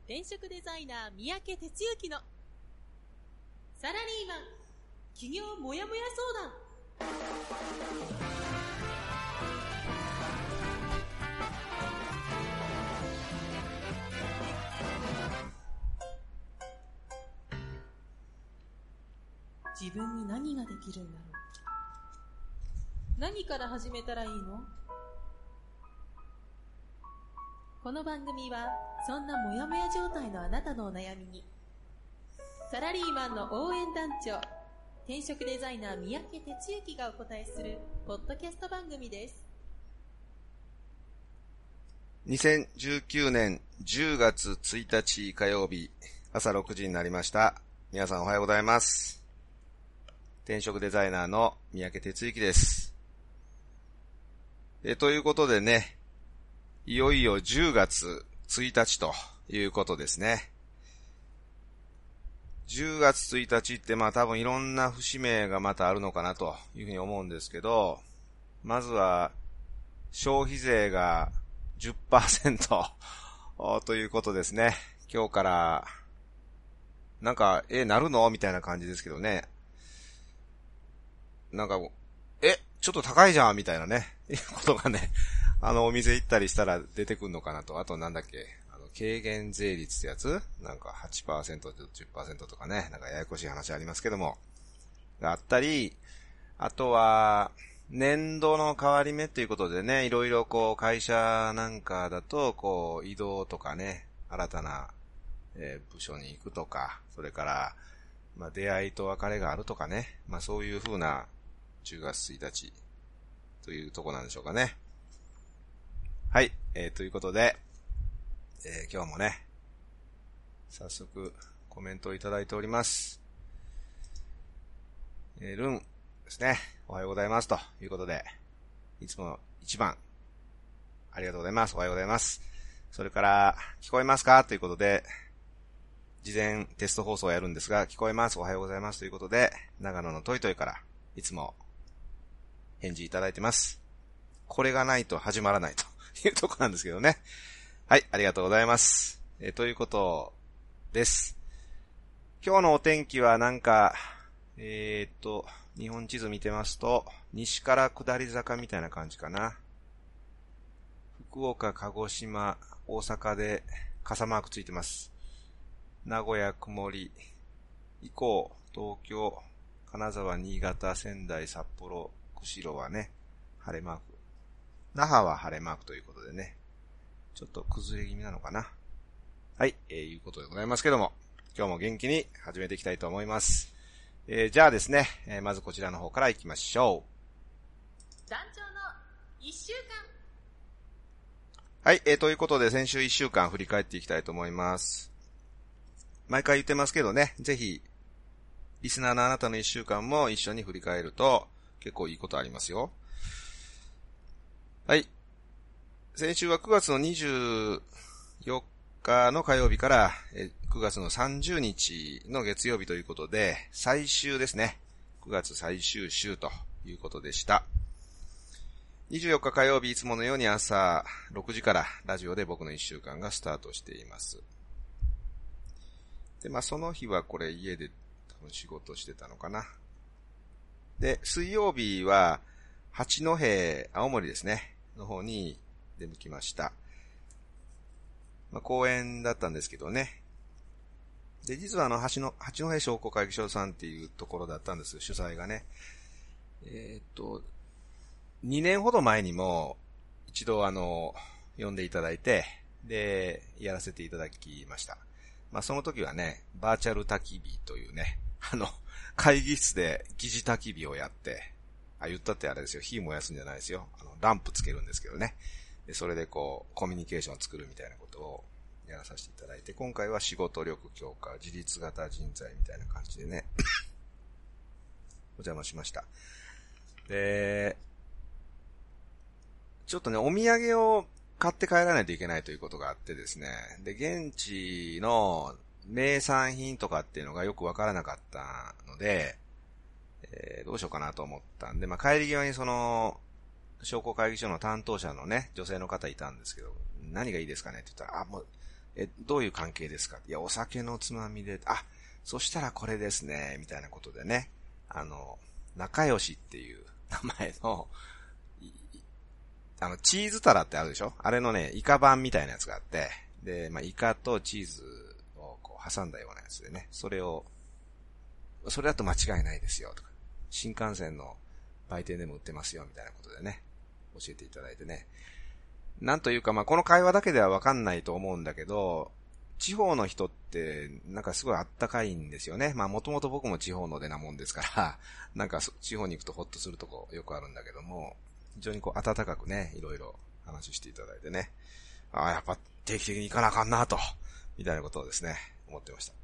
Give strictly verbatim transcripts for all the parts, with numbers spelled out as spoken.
転職デザイナー三宅哲之のサラリーマン企業もやもや相談。自分に何ができるんだろう。何から始めたらいいの？この番組はそんなモヤモヤ状態のあなたのお悩みにサラリーマンの応援団長、転職デザイナー三宅哲之がお答えするポッドキャスト番組です。 にせんじゅうきゅうねんじゅうがつついたち火曜日朝ろくじになりました。皆さんおはようございます。転職デザイナーの三宅哲之です。えということでね、いよいよじゅうがつついたちということですね。じゅうがつついたちってまあ多分いろんな節目がまたあるのかなというふうに思うんですけど、まずは消費税が じゅっパーセント ということですね。今日からなんかえなるのみたいな感じですけどね。なんかえちょっと高いじゃんみたいなねいうことがね、あのお店行ったりしたら出てくるのかなと。あとなんだっけ、あの軽減税率ってやつなんか はちパーセント じゅっパーセント とかね、なんかややこしい話ありますけどもがあったり、あとは年度の変わり目ということでね、いろいろこう会社なんかだとこう移動とかね、新たな、えー、部署に行くとか、それからまあ出会いと別れがあるとかね、まあそういう風なじゅうがつついたちというとこなんでしょうかね。はい、えー、ということで、えー、今日もね、早速コメントをいただいております。えー、ルンですね、おはようございますということで、いつも一番ありがとうございます。おはようございます。それから聞こえますかということで、事前テスト放送をやるんですが、聞こえます。おはようございますということで、長野のトイトイからいつも返事いただいてます。これがないと始まらないというとこなんですけどね。はい、ありがとうございます。えー、ということです。今日のお天気はなんか、えー、っと、日本地図見てますと、西から下り坂みたいな感じかな。福岡、鹿児島、大阪で傘マークついてます。名古屋曇り、以降、東京、金沢、新潟、仙台、札幌、釧路はね、晴れマーク。那覇は晴れマークということでね、ちょっと崩れ気味なのかな。はい、えー、いうことでございますけども、今日も元気に始めていきたいと思います。えー、じゃあですね、えー、まずこちらの方から行きましょう。団長のいっしゅうかん。 はい、えー、ということで先週いっしゅうかん振り返っていきたいと思います。毎回言ってますけどね、ぜひ、リスナーのあなたのいっしゅうかんも一緒に振り返ると結構いいことありますよ。はい。先週はくがつのにじゅうよっかの火曜日からくがつのさんじゅうにちの月曜日ということで、最終ですね。くがつ最終週ということでした。にじゅうよっか火曜日、いつものように朝ろくじからラジオで僕のいっしゅうかんがスタートしています。で、まあその日はこれ家で多分仕事してたのかな。で、水曜日は八戸、青森ですね、の方に出向きました。まあ、講演だったんですけどね。で、実はあの、八の、八戸商工会議所さんっていうところだったんです、主催がね。えー、っと、にねんほど前にも一度あの、呼んでいただいて、で、やらせていただきました。まあ、その時はね、バーチャル焚き火というね、あの、会議室で疑似焚き火をやって、あ、言ったってあれですよ。火燃やすんじゃないですよ。あの、ランプつけるんですけどね。で、それでこう、コミュニケーションを作るみたいなことをやらさせていただいて、今回は仕事力強化、自立型人材みたいな感じでね、お邪魔しました。で、ちょっとね、お土産を買って帰らないといけないということがあってですね。で、現地の名産品とかっていうのがよくわからなかったので、えー、どうしようかなと思ったんで、まあ、帰り際にその、商工会議所の担当者のね、女性の方いたんですけど、何がいいですかねって言ったら、あ、もう、 え、どういう関係ですか？いや、お酒のつまみで、あ、そしたらこれですね、みたいなことでね、あの、仲良しっていう名前の、あの、チーズタラってあるでしょ？あれのね、イカ版みたいなやつがあって、で、まあ、イカとチーズをこう挟んだようなやつでね、それを、それだと間違いないですよ、とか、新幹線の売店でも売ってますよ、みたいなことでね、教えていただいてね。なんというか、まあ、この会話だけではわかんないと思うんだけど、地方の人って、なんかすごいあったかいんですよね。まあ、もともと僕も地方の出なもんですから、なんか地方に行くとホッとするとこよくあるんだけども、非常にこう温かくね、いろいろ話していただいてね、ああ、やっぱ定期的に行かなあかんなと、みたいなことをですね、思ってました。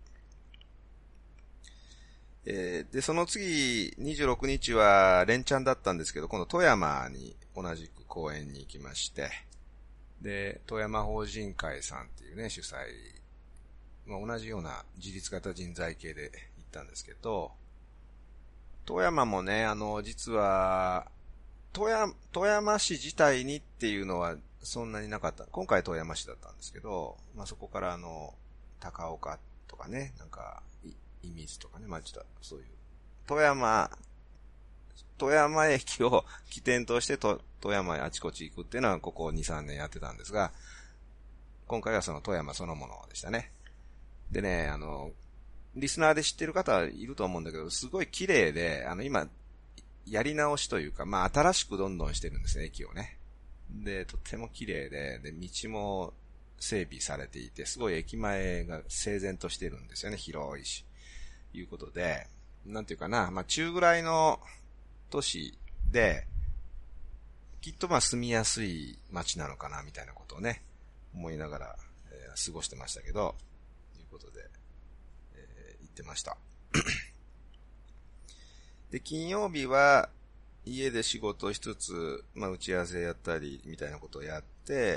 えー、で、その次、にじゅうろくにちは連チャンだったんですけど、今度富山に同じく公演に行きまして、で、富山法人会さんっていうね、主催、まあ、同じような自立型人材系で行ったんですけど、富山もね、あの、実は、富山、富山市自体にっていうのはそんなになかった。今回富山市だったんですけど、まあ、そこからあの、高岡とかね、なんか、射水とかね、まあ、ちょっとそういう、富山、富山駅を起点としてと富山へあちこち行くっていうのはここに、さんねんやってたんですが、今回はその富山そのものでしたね。でね、あの、リスナーで知ってる方いると思うんだけど、すごい綺麗で、あの今、やり直しというか、まあ新しくどんどんしてるんですね、駅をね。で、とっても綺麗で、で、道も整備されていて、すごい駅前が整然としてるんですよね、広いし。いうことで、なんていうかな、まあ中ぐらいの都市で、きっとまあ住みやすい街なのかな、みたいなことをね、思いながら、えー、過ごしてましたけど、ということで、えー、言ってました。で、金曜日は、家で仕事をしつつ、まあ打ち合わせやったり、みたいなことをやって、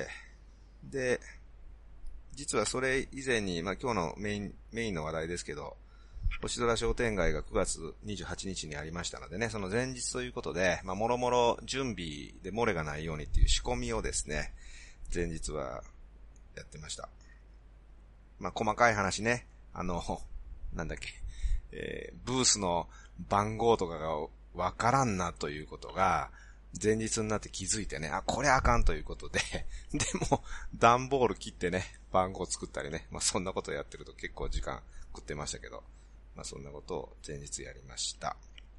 で、実はそれ以前に、まあ今日のメイン、メインの話題ですけど、星空商店街がくがつにじゅうはちにちにありましたのでね、その前日ということで、まあ、もろもろ準備で漏れがないようにっていう仕込みをですね、前日はやってました。まあ、細かい話ね、あの、なんだっけ、えー、ブースの番号とかがわからんなということが、前日になって気づいてね、あ、これあかんということで、でも、段ボール切ってね、番号作ったりね、まあ、そんなことやってると結構時間食ってましたけど、まあそんなことを前日やりました。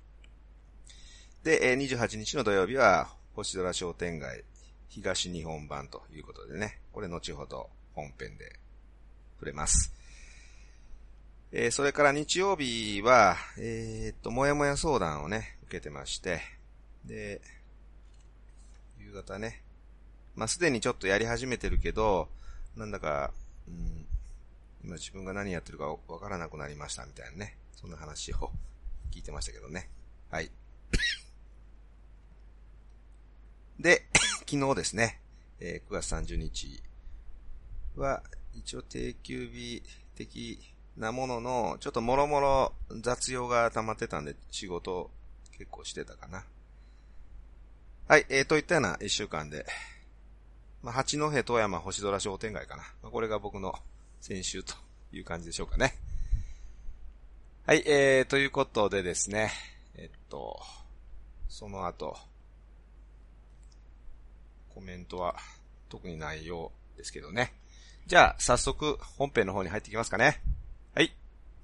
で、にじゅうはちにちの土曜日は、星空商店街東日本版ということでね、これ後ほど本編で触れます。えー、それから日曜日は、えー、っと、もやもや相談をね、受けてまして、で、夕方ね、まあすでにちょっとやり始めてるけど、なんだか、うん、今自分が何やってるかわからなくなりましたみたいなね。そんな話を聞いてましたけどね。はい。で、昨日ですね、えー、くがつさんじゅうにちは一応定休日的なものの、ちょっともろもろ雑用が溜まってたんで仕事結構してたかな。はい、えー、といったような一週間で、まあ、八戸富山星空商店街かな。まあ、これが僕の先週という感じでしょうかね。はい、えー、ということでですね、えっと、その後、コメントは特にないようですけどね。じゃあ、早速本編の方に入っていきますかね。はい。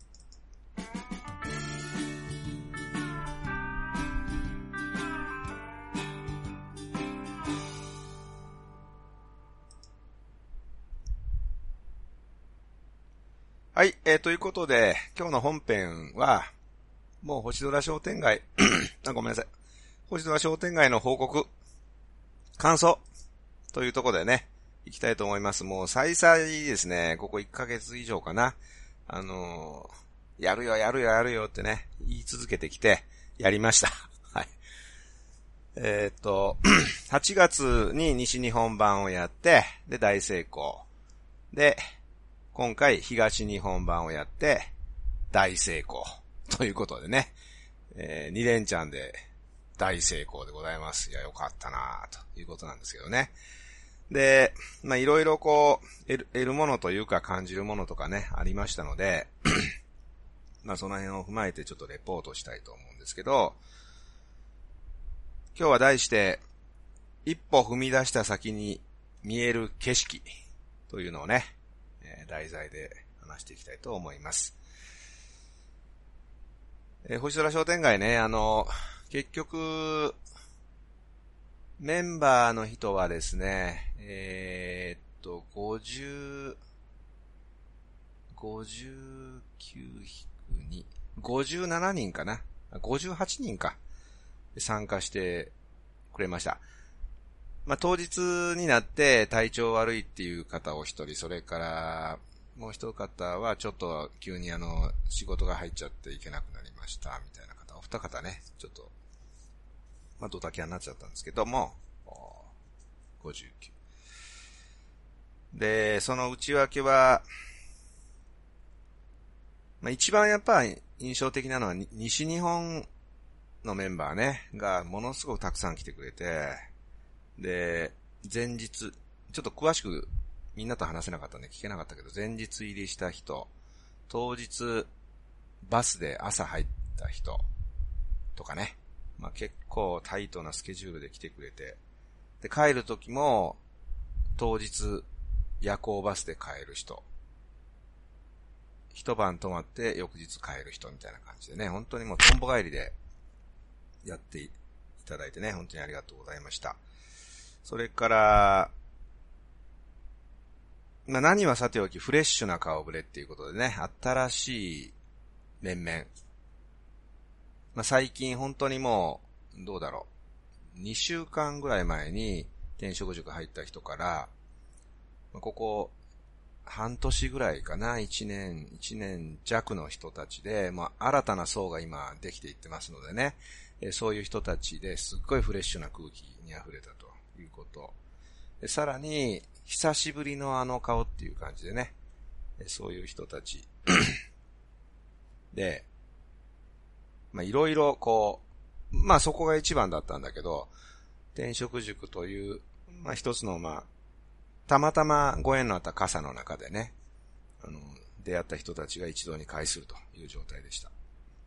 はい、えー、ということで、今日の本編は、もう星空商店街、あ、ごめんなさい。星空商店街の報告、感想、というところでね、行きたいと思います。もう再々ですね、ここいっかげつ以上かな。あのー、やるよ、やるよ、やるよってね、言い続けてきて、やりました。はい。えー、っと、はちがつに西日本版をやって、で、大成功。で、今回東日本版をやって大成功ということでね、えー、に連チャンで大成功でございます。いや、よかったなということなんですけどね。 で、まあいろいろこう、得る、得るものというか感じるものとかね、ありましたので、まあその辺を踏まえてちょっとレポートしたいと思うんですけど、今日は題して、一歩踏み出した先に見える景色というのをね、えー、題材で話していきたいと思います。えー、星空商店街ね、あの、結局、メンバーの人はですね、えー、っと、ごじゅう、ごじゅうきゅうに、ごじゅうななにんかな。ごじゅうはちにんか。参加してくれました。まあ、当日になって体調悪いっていう方を一人、それからもう一方はちょっと急にあの仕事が入っちゃって行けなくなりましたみたいな方、お二方ね、ちょっとまあドタキャンになっちゃったんですけども、ごじゅうきゅうで、その内訳は、まあ、一番やっぱり印象的なのは西日本のメンバーねがものすごくたくさん来てくれて、で、前日、ちょっと詳しくみんなと話せなかったんで聞けなかったけど、前日入りした人、当日バスで朝入った人とかね、まあ結構タイトなスケジュールで来てくれて、で、帰る時も当日夜行バスで帰る人、一晩泊まって翌日帰る人みたいな感じでね、本当にもうとんぼ帰りでやっていただいてね、本当にありがとうございました。それから、まあ、何はさておきフレッシュな顔ぶれっていうことでね、新しい面々。まあ、最近本当にもう、どうだろう。にしゅうかんぐらい前に転職塾入った人から、ここ半年ぐらいかな、いちねん、いちねん弱の人たちで、まあ、新たな層が今できていってますのでね、そういう人たちですっごいフレッシュな空気に溢れたということ。でさらに、久しぶりのあの顔っていう感じでね、そういう人たち。で、まあいろいろこう、まあそこが一番だったんだけど、転職塾という、まあ一つのまあ、たまたまご縁のあった傘の中でね、あの、出会った人たちが一堂に会するという状態でした。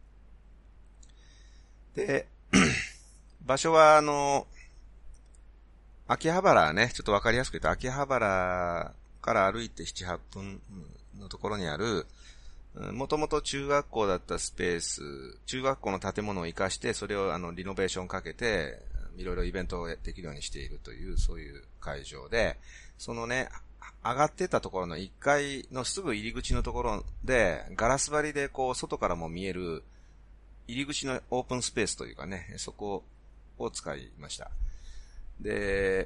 で、場所はあの、秋葉原ね、ちょっとわかりやすく言うと、秋葉原から歩いてなな、はっぷんのところにある、もともと中学校だったスペース、中学校の建物を生かして、それをあのリノベーションかけて、いろいろイベントをできるようにしているという、そういう会場で、そのね、上がってたところのいっかいのすぐ入り口のところで、ガラス張りでこう、外からも見える、入り口のオープンスペースというかね、そこを使いました。で、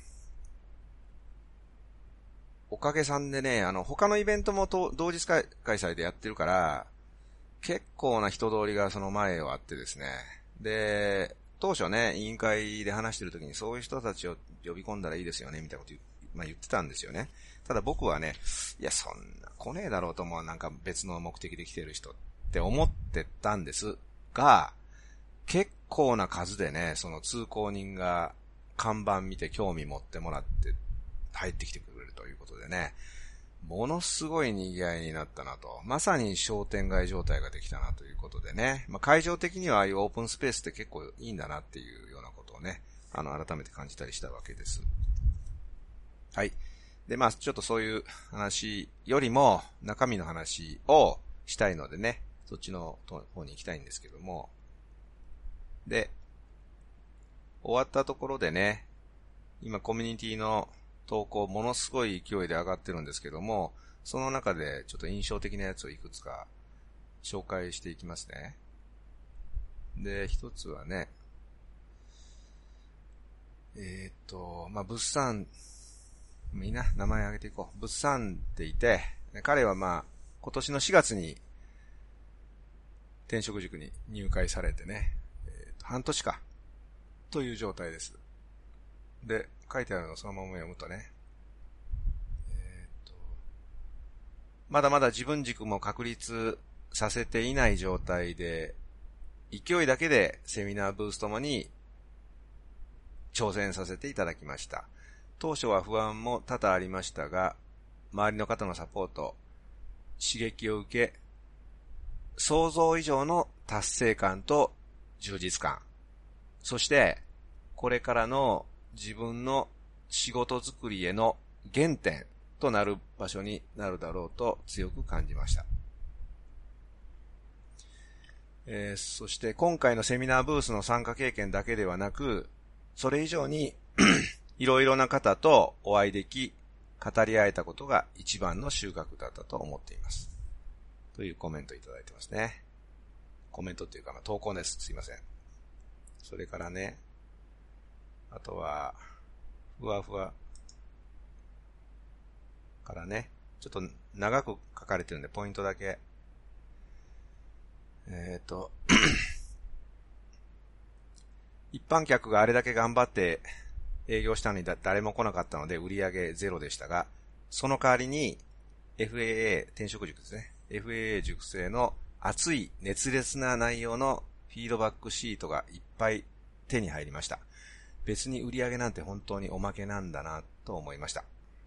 おかげさんでね、あの、他のイベントもと同日開催でやってるから、結構な人通りがその前はあってですね。で、当初ね、委員会で話してる時にそういう人たちを呼び込んだらいいですよね、みたいなこと言、まあ、言ってたんですよね。ただ僕はね、いや、そんな来ねえだろうと思う、なんか別の目的で来てる人って思ってたんですが、結構な数でね、その通行人が看板見て興味持ってもらって入ってきてくれるということでね、ものすごい賑わいになったなと。まさに商店街状態ができたなということでね、まあ、会場的にはああいうオープンスペースって結構いいんだなっていうようなことをね、あの改めて感じたりしたわけです。はい。で、まあちょっとそういう話よりも中身の話をしたいのでね、そっちの方に行きたいんですけども、で、終わったところでね、今コミュニティの投稿ものすごい勢いで上がってるんですけども、その中でちょっと印象的なやつをいくつか紹介していきますね。で、一つはね、えー、っと、まあ、物産、みんな名前挙げていこう。物産っていて、彼はまあ、今年のしがつに転職塾に入会されてね、えー、半年か、という状態です。で、書いてあるのをそのまま読むとね、えー、っと、まだまだ自分軸も確立させていない状態で、勢いだけでセミナーブースともに挑戦させていただきました。 当初は不安も多々ありましたが、周りの方のサポート、刺激を受け、想像以上の達成感と充実感、そしてこれからの自分の仕事作りへの原点となる場所になるだろうと強く感じました。えー、そして今回のセミナーブースの参加経験だけではなく、それ以上にいろいろな方とお会いでき、語り合えたことが一番の収穫だったと思っています。というコメントいただいてますね。コメントっていうか、まあ、投稿です。すいません。それからね、あとは、ふわふわからね、ちょっと長く書かれてるんで、ポイントだけ。えっと、一般客があれだけ頑張って営業したのにだ誰も来なかったので売り上げゼロでしたが、その代わりに エフエーエー 転職塾ですね。エフエーエー 塾生の熱い熱烈な内容のフィードバックシートがいっぱい手に入りました。別に売り上げなんて本当におまけなんだなと思いました。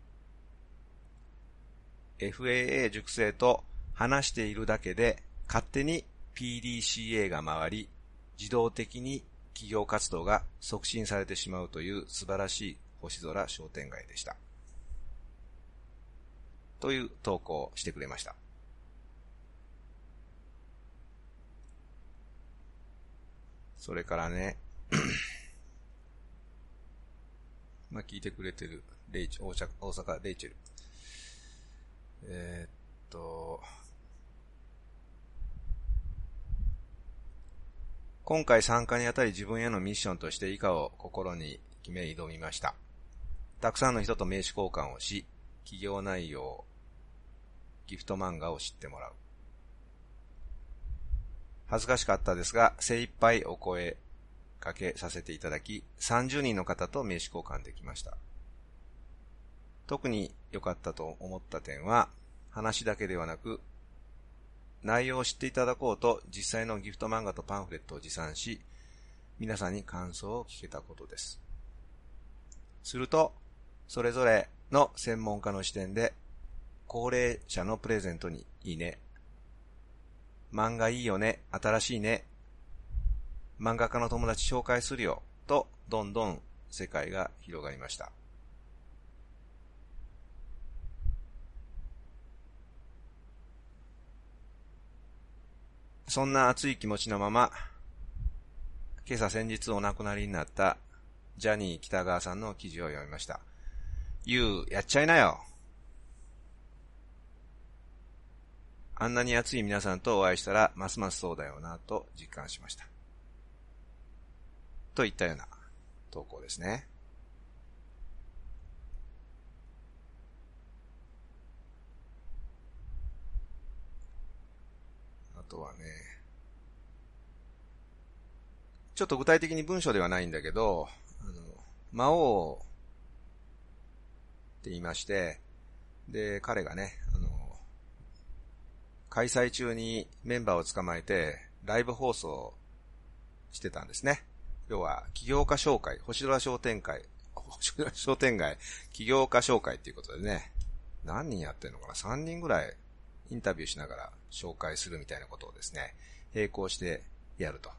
エフエーエー 塾生と話しているだけで勝手に ピーディーシーエー が回り、自動的に企業活動が促進されてしまうという素晴らしい星空商店街でした。という投稿をしてくれました。それからね、まあ聞いてくれてるレイチ大阪レイチェル。えー、っと、今回参加にあたり自分へのミッションとして以下を心に決め挑みました。たくさんの人と名刺交換をし、企業内容、ギフト漫画を知ってもらう。恥ずかしかったですが、精一杯お声かけさせていただき、さんじゅうにんの方と名刺交換できました。特に良かったと思った点は、話だけではなく、内容を知っていただこうと実際のギフト漫画とパンフレットを持参し、皆さんに感想を聞けたことです。すると、それぞれの専門家の視点で、高齢者のプレゼントにいいね、漫画いいよね、新しいね、漫画家の友達紹介するよ、とどんどん世界が広がりました。そんな熱い気持ちのまま、今朝先日お亡くなりになったジャニー北川さんの記事を読みました。You、やっちゃいなよ。あんなに熱い皆さんとお会いしたら、ますますそうだよなと実感しました。といったような投稿ですね。あとはね、ちょっと具体的に文章ではないんだけど、あの魔王って言いまして、で、彼がね、あの、開催中にメンバーを捕まえて、ライブ放送してたんですね。要は、起業家紹介、星空商店会、星空商店街、起業家紹介っていうことでね、何人やってるのかな ?さん 人ぐらいインタビューしながら紹介するみたいなことをですね、並行してやると。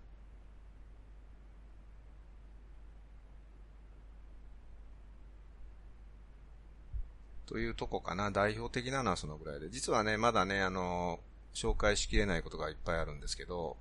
というとこかな。代表的なのはそのぐらいで。実はね、まだね、あの、紹介しきれないことがいっぱいあるんですけど、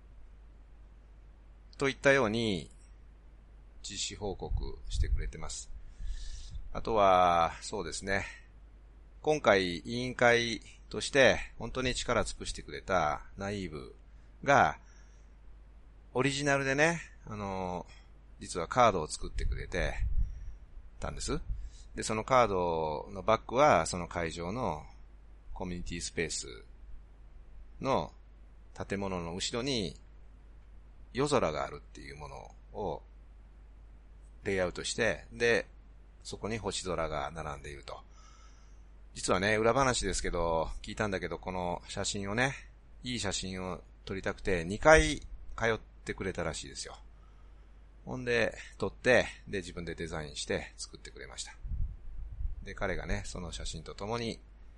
といったように、実施報告してくれてます。あとは、そうですね。今回、委員会として、本当に力尽くしてくれたナイーブが、オリジナルでね、あの、実はカードを作ってくれてたんです。で、そのカードのバックは、その会場のコミュニティスペースの建物の後ろに夜空があるっていうものをレイアウトして、で、そこに星空が並んでいると。実はね、裏話ですけど、聞いたんだけど、この写真をね、いい写真を撮りたくてにかい通ってくれたらしいですよ。ほんで、撮って、で、自分でデザインして作ってくれました。 で、彼がね、その写真とともに、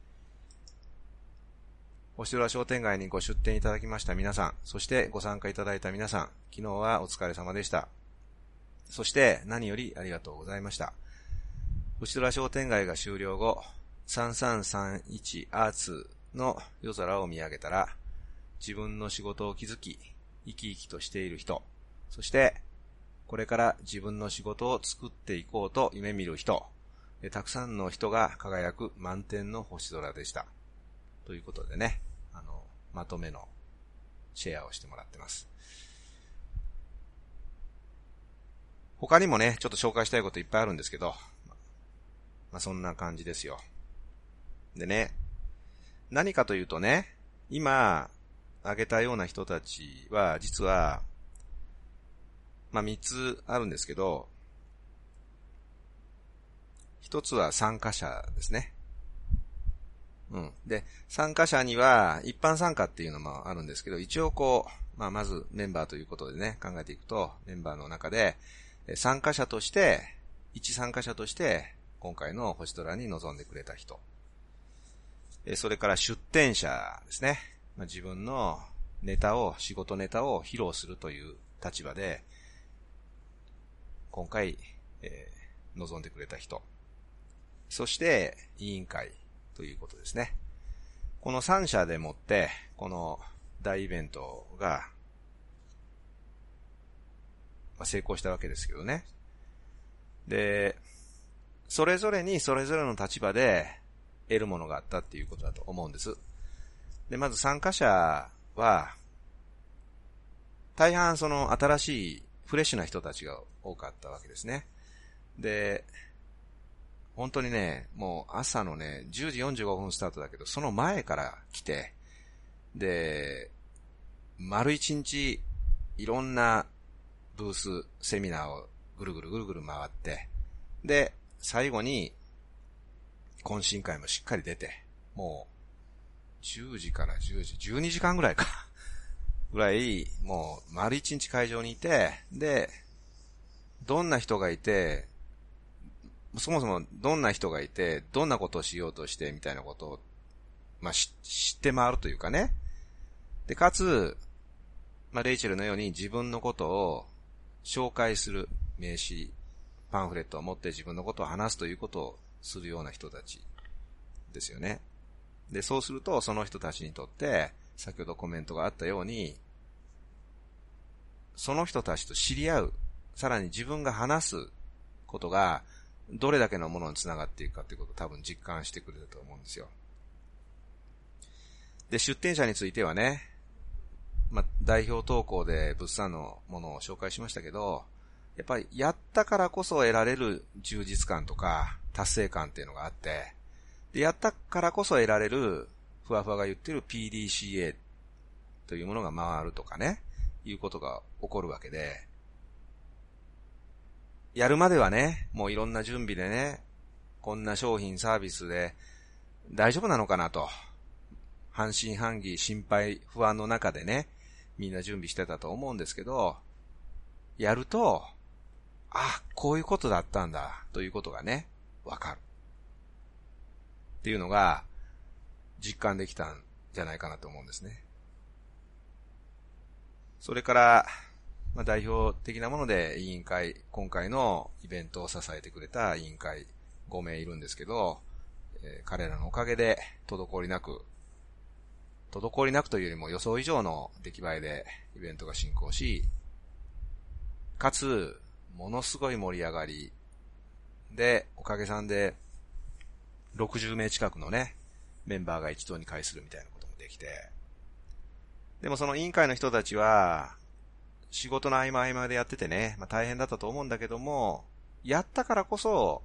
星空商店街にご出店いただきました皆さん、そしてご参加いただいた皆さん、昨日はお疲れ様でした。そして何よりありがとうございました。星空商店街が終了後、さんさんさんいちアーツの夜空を見上げたら、自分の仕事を気づき、生き生きとしている人、そしてこれから自分の仕事を作っていこうと夢見る人、たくさんの人が輝く満天の星空でした。ということでね、あの、まとめのシェアをしてもらってます。他にもね、ちょっと紹介したいこといっぱいあるんですけど、まあそんな感じですよ。でね、何かというとね、今挙げたような人たちは実は、まあ三つあるんですけど、一つは参加者ですね。うん。で、参加者には一般参加っていうのもあるんですけど、一応こう、まあまずメンバーということでね、考えていくと、メンバーの中で、参加者として、一参加者として、今回の星空に臨んでくれた人。それから出展者ですね。まあ、自分のネタを、仕事ネタを披露するという立場で、今回、えー、臨んでくれた人。そして、委員会ということですね。このさん社でもって、この大イベントが、まあ、成功したわけですけどね。で、それぞれにそれぞれの立場で得るものがあったっていうことだと思うんです。で、まず参加者は、大半その新しいフレッシュな人たちが多かったわけですね。で、本当にね、もう朝のね、じゅうじよんじゅうごふんスタートだけど、その前から来て、で、丸一日いろんなブース、セミナーをぐるぐるぐるぐる回って、で、最後に懇親会もしっかり出て、もうじゅうじからじゅうじ、じゅうにじかんぐらいか、ぐらい、もう丸一日会場にいて、で、どんな人がいて、そもそもどんな人がいて、どんなことをしようとしてみたいなことを、まあ、知って回るというかね。で、かつ、まあ、レイチェルのように自分のことを紹介する名刺、パンフレットを持って自分のことを話すということをするような人たちですよね。で、そうするとその人たちにとって、先ほどコメントがあったように、その人たちと知り合う、さらに自分が話すことが、どれだけのものにつながっていくかということを多分実感してくれると思うんですよ。で、出展者についてはね、まあ、代表投稿で物産のものを紹介しましたけど、やっぱりやったからこそ得られる充実感とか達成感っていうのがあって、で、やったからこそ得られる、ふわふわが言ってる ピーディーシーエー というものが回るとかね、いうことが起こるわけで、やるまではね、もういろんな準備でね、こんな商品サービスで大丈夫なのかなと、半信半疑、心配、不安の中でね、みんな準備してたと思うんですけど、やると、あ、こういうことだったんだ、ということがね、わかる。っていうのが、実感できたんじゃないかなと思うんですね。それから、まあ、代表的なもので委員会、今回のイベントを支えてくれた委員会ごめいいるんですけど、えー、彼らのおかげで滞りなく、滞りなくというよりも予想以上の出来栄えでイベントが進行し、かつ、ものすごい盛り上がりで、おかげさんでろくじゅうめい近くのね、メンバーが一堂に会するみたいなこともできて、でもその委員会の人たちは、仕事の合間合間でやっててね、まあ大変だったと思うんだけども、やったからこそ、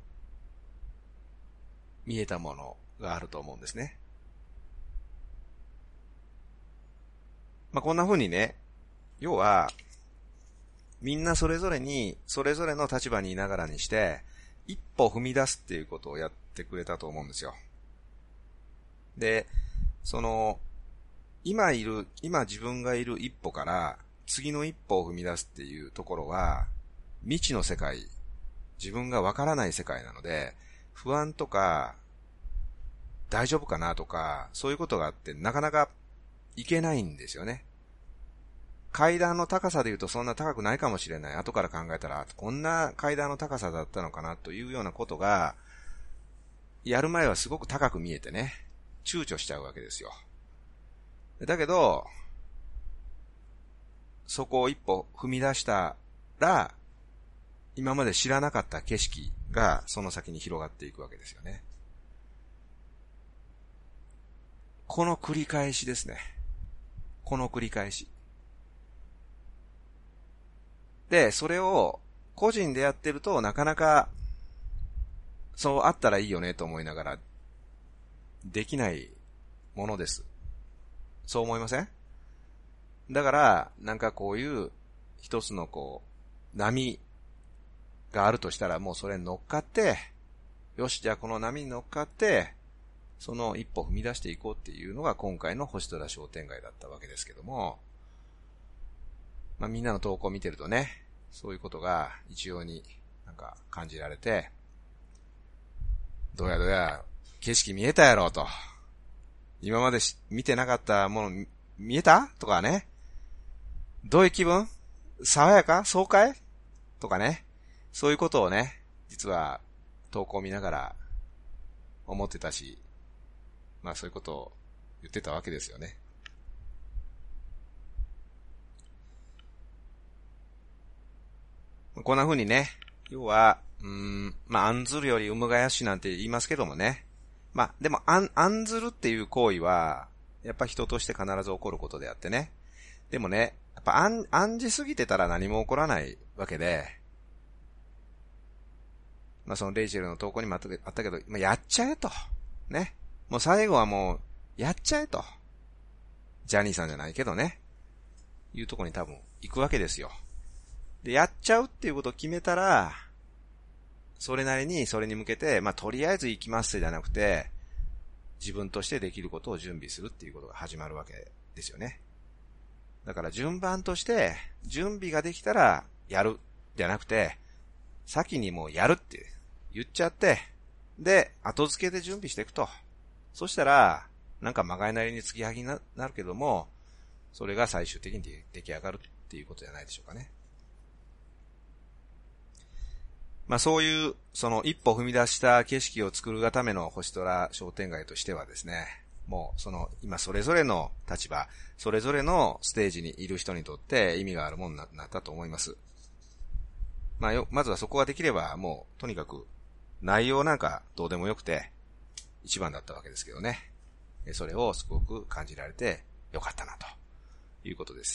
見えたものがあると思うんですね。まあこんな風にね、要は、みんなそれぞれに、それぞれの立場にいながらにして、一歩踏み出すっていうことをやってくれたと思うんですよ。で、その、今いる、今自分がいる一歩から、次の一歩を踏み出すっていうところは、未知の世界、自分がわからない世界なので、 不安とか、大丈夫かなとか、そういうことがあってなかなかいけないんですよね。階段の高さで言うとそんな高くないかもしれない。後から考えたら、こんな階段の高さだったのかなというようなことが、やる前はすごく高く見えてね、躊躇しちゃうわけですよ。だけど、そこを一歩踏み出したら、今まで知らなかった景色がその先に広がっていくわけですよね。この繰り返しですね。この繰り返し。で、それを個人でやってるとなかなかそうあったらいいよねと思いながらできないものです。そう思いません？だからなんかこういう一つのこう波があるとしたらもうそれに乗っかって、よしじゃあこの波に乗っかってその一歩踏み出していこうっていうのが今回の星空商店街だったわけですけども、まあみんなの投稿を見てるとね、そういうことが一様になんか感じられて、どうやどうや景色見えたやろうと、今まで見てなかったもの見えたとかね、どういう気分？爽やか？爽快？とかね、そういうことをね、実は投稿を見ながら思ってたし、まあそういうことを言ってたわけですよね。こんな風にね、要は、うーん、まあ案ずるより有無がやしなんて言いますけどもね。まあでも案、案ずるっていう行為は、やっぱ人として必ず起こることであってね。でもね、やっぱ案、案じすぎてたら何も起こらないわけで、まあそのレイチェルの投稿にもあったけど、まあ、やっちゃえと。ね。もう最後はもう、やっちゃえと。ジャニーさんじゃないけどね。いうところに多分行くわけですよ。で、やっちゃうっていうことを決めたら、それなりにそれに向けて、まあとりあえず行きますじゃなくて、自分としてできることを準備するっていうことが始まるわけですよね。だから順番として、準備ができたらやるじゃなくて、先にもうやるって言っちゃって、で、後付けで準備していくと。そしたら、なんかまがいなりに継ぎはぎになるけども、それが最終的に出来上がるっていうことじゃないでしょうかね。まあそういう、その一歩踏み出した景色を作るがための星空商店街としてはですね、もうその今それぞれの立場、それぞれのステージにいる人にとって意味があるものになったと思います。まあよ、まずはそこができればもうとにかく内容なんかどうでもよくて一番だったわけですけどね。それをすごく感じられてよかったなということです。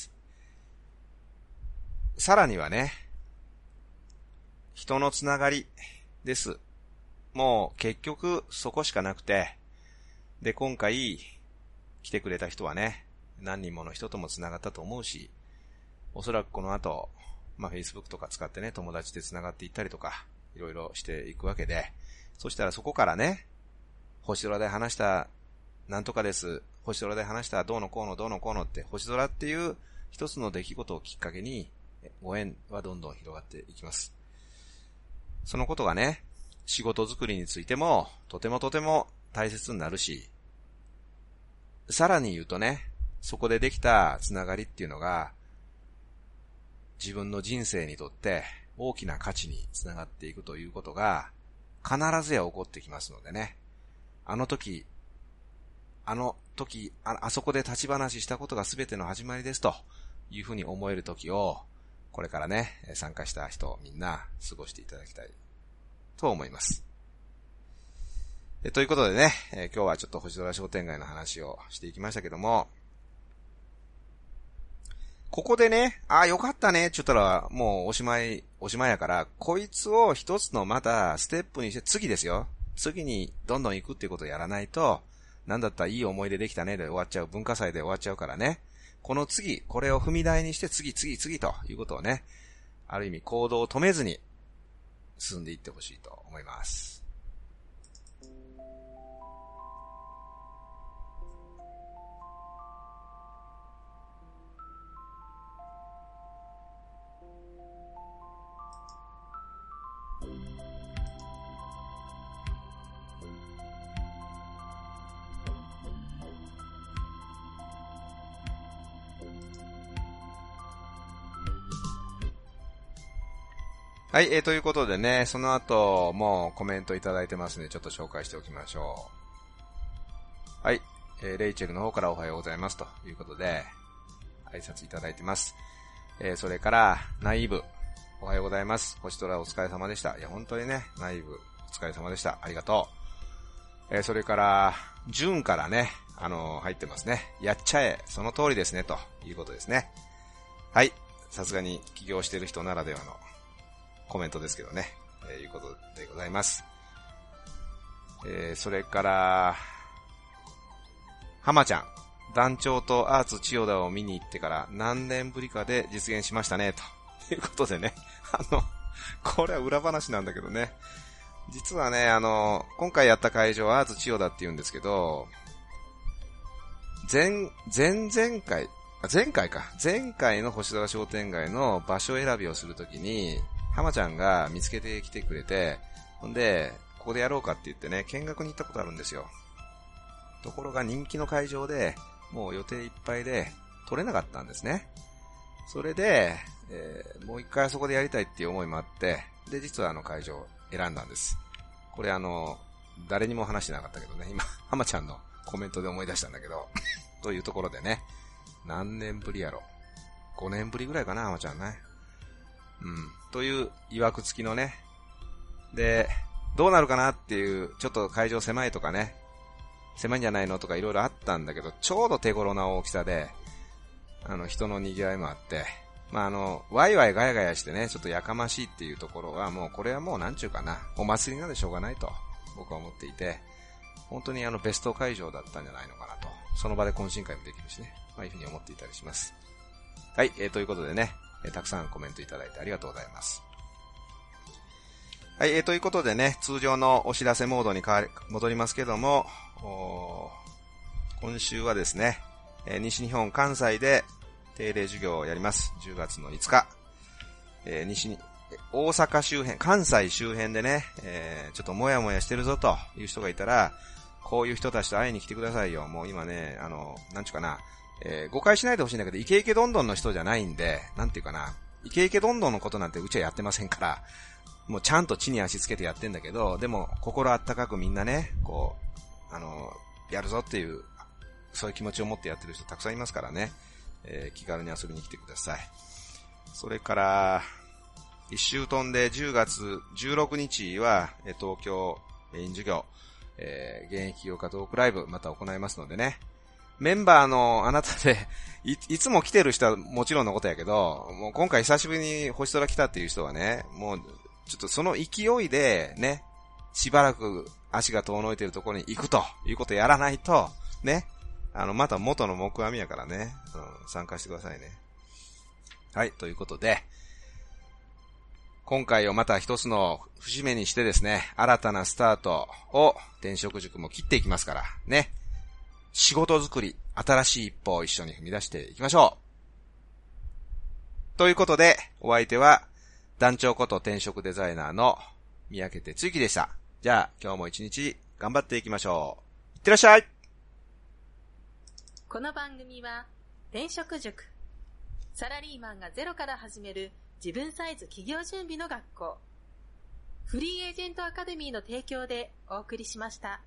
さらにはね、人のつながりです。もう結局そこしかなくて、で今回来てくれた人はね、何人もの人ともつながったと思うし、おそらくこの後、まあ Facebook とか使ってね、友達でつながっていったりとか、いろいろしていくわけで、そしたらそこからね、星空で話したなんとかです、星空で話したどうのこうのどうのこうのって、星空っていう一つの出来事をきっかけに、ご縁はどんどん広がっていきます。そのことがね、仕事作りについてもとてもとても大切になるし、さらに言うとね、そこでできたつながりっていうのが自分の人生にとって大きな価値につながっていくということが必ずや起こってきますのでね、あの時あの時 あ, あそこで立ち話したことが全ての始まりですというふうに思える時をこれからね、参加した人みんな過ごしていただきたいと思います。えということでね、え今日はちょっと星空商店街の話をしていきましたけども、ここでね、ああよかったねって言ったらもうおしまい、おしまいやから、こいつを一つのまたステップにして次ですよ。次にどんどん行くっていうことをやらないと、なんだったらいい思い出できたねで終わっちゃう、文化祭で終わっちゃうからね。この次、これを踏み台にして次次次ということをね、ある意味行動を止めずに進んでいってほしいと思います。 はい、えー、ということでね、その後もコメントいただいてますので、ちょっと紹介しておきましょう。はい、えー、レイチェルの方からおはようございますということで、挨拶いただいてます。えー、それから、ナイーブ、おはようございます。星虎お疲れ様でした。いや、本当にね、ナイーブ、お疲れ様でした。ありがとう。えー、それから、ジュンからね、あのー、入ってますね。やっちゃえ、その通りですね、ということですね。はい、さすがに起業してる人ならではのコメントですけどね、えー、いうことでございます。えー、それから、浜ちゃん、団長とアーツ千代田を見に行ってから何年ぶりかで実現しましたね、ということでね、あの、これは裏話なんだけどね、実はね、あの、今回やった会場はアーツ千代田って言うんですけど、前、前々回、前回か、前回の星空商店街の場所選びをするときに、浜ちゃんが見つけてきてくれて、ほんで、ここでやろうかって言ってね、見学に行ったことあるんですよ。ところが人気の会場で、もう予定いっぱいで、取れなかったんですね。それで、えー、もう一回あそこでやりたいっていう思いもあって、で、実はあの会場を選んだんです。これあの、誰にも話してなかったけどね、今、浜ちゃんのコメントで思い出したんだけど、というところでね、何年ぶりやろ。ごねんぶりぐらいかな、浜ちゃんね。うん。という曰く付きのね。で、どうなるかなっていう、ちょっと会場狭いとかね、狭いんじゃないのとかいろいろあったんだけど、ちょうど手頃な大きさで、あの、人の賑わいもあって、まあ、あの、ワイワイガヤガヤしてね、ちょっとやかましいっていうところは、もうこれはもうなんちゅうかな、お祭りなんでしょうがないと、僕は思っていて、本当にあの、ベスト会場だったんじゃないのかなと、その場で懇親会もできるしね、まあ、いうふうに思っていたりします。はい、えー、ということでね、えー、たくさんコメントいただいてありがとうございます。はい、えー、ということでね、通常のお知らせモードに変わり戻りますけども、今週はですね、えー、西日本関西で定例授業をやります。じゅうがつのいつか。えー、西に、大阪周辺、関西周辺でね、えー、ちょっともやもやしてるぞという人がいたら、こういう人たちと会いに来てくださいよ。もう今ね、あの、なんちゅうかな、えー、誤解しないでほしいんだけど、イケイケどんどんの人じゃないんで、なんていうかな、イケイケどんどんのことなんてうちはやってませんから、もうちゃんと地に足つけてやってんだけど、でも心あったかくみんなね、こう、あの、やるぞっていう、そういう気持ちを持ってやってる人たくさんいますからね、えー、気軽に遊びに来てください。それから、一周飛んでじゅうがつじゅうろくにちは、東京メイン授業、えー、現役起業家トークライブまた行いますのでね、メンバーのあなたでい、いつも来てる人はもちろんのことやけど、もう今回久しぶりに星空来たっていう人はね、もうちょっとその勢いでね、しばらく足が遠のいてるところに行くということやらないと、ね、あの、また元の木阿弥やからね、うん、参加してくださいね。はい、ということで、今回をまた一つの節目にしてですね、新たなスタートを転職塾も切っていきますから、ね。仕事作り、新しい一歩を一緒に踏み出していきましょう。ということで、お相手は、団長こと転職デザイナーの三宅哲之でした。じゃあ、今日も一日頑張っていきましょう。いってらっしゃい。 この番組は、転職塾。サラリーマンがゼロから始める自分サイズ企業準備の学校。フリーエージェントアカデミーの提供でお送りしました。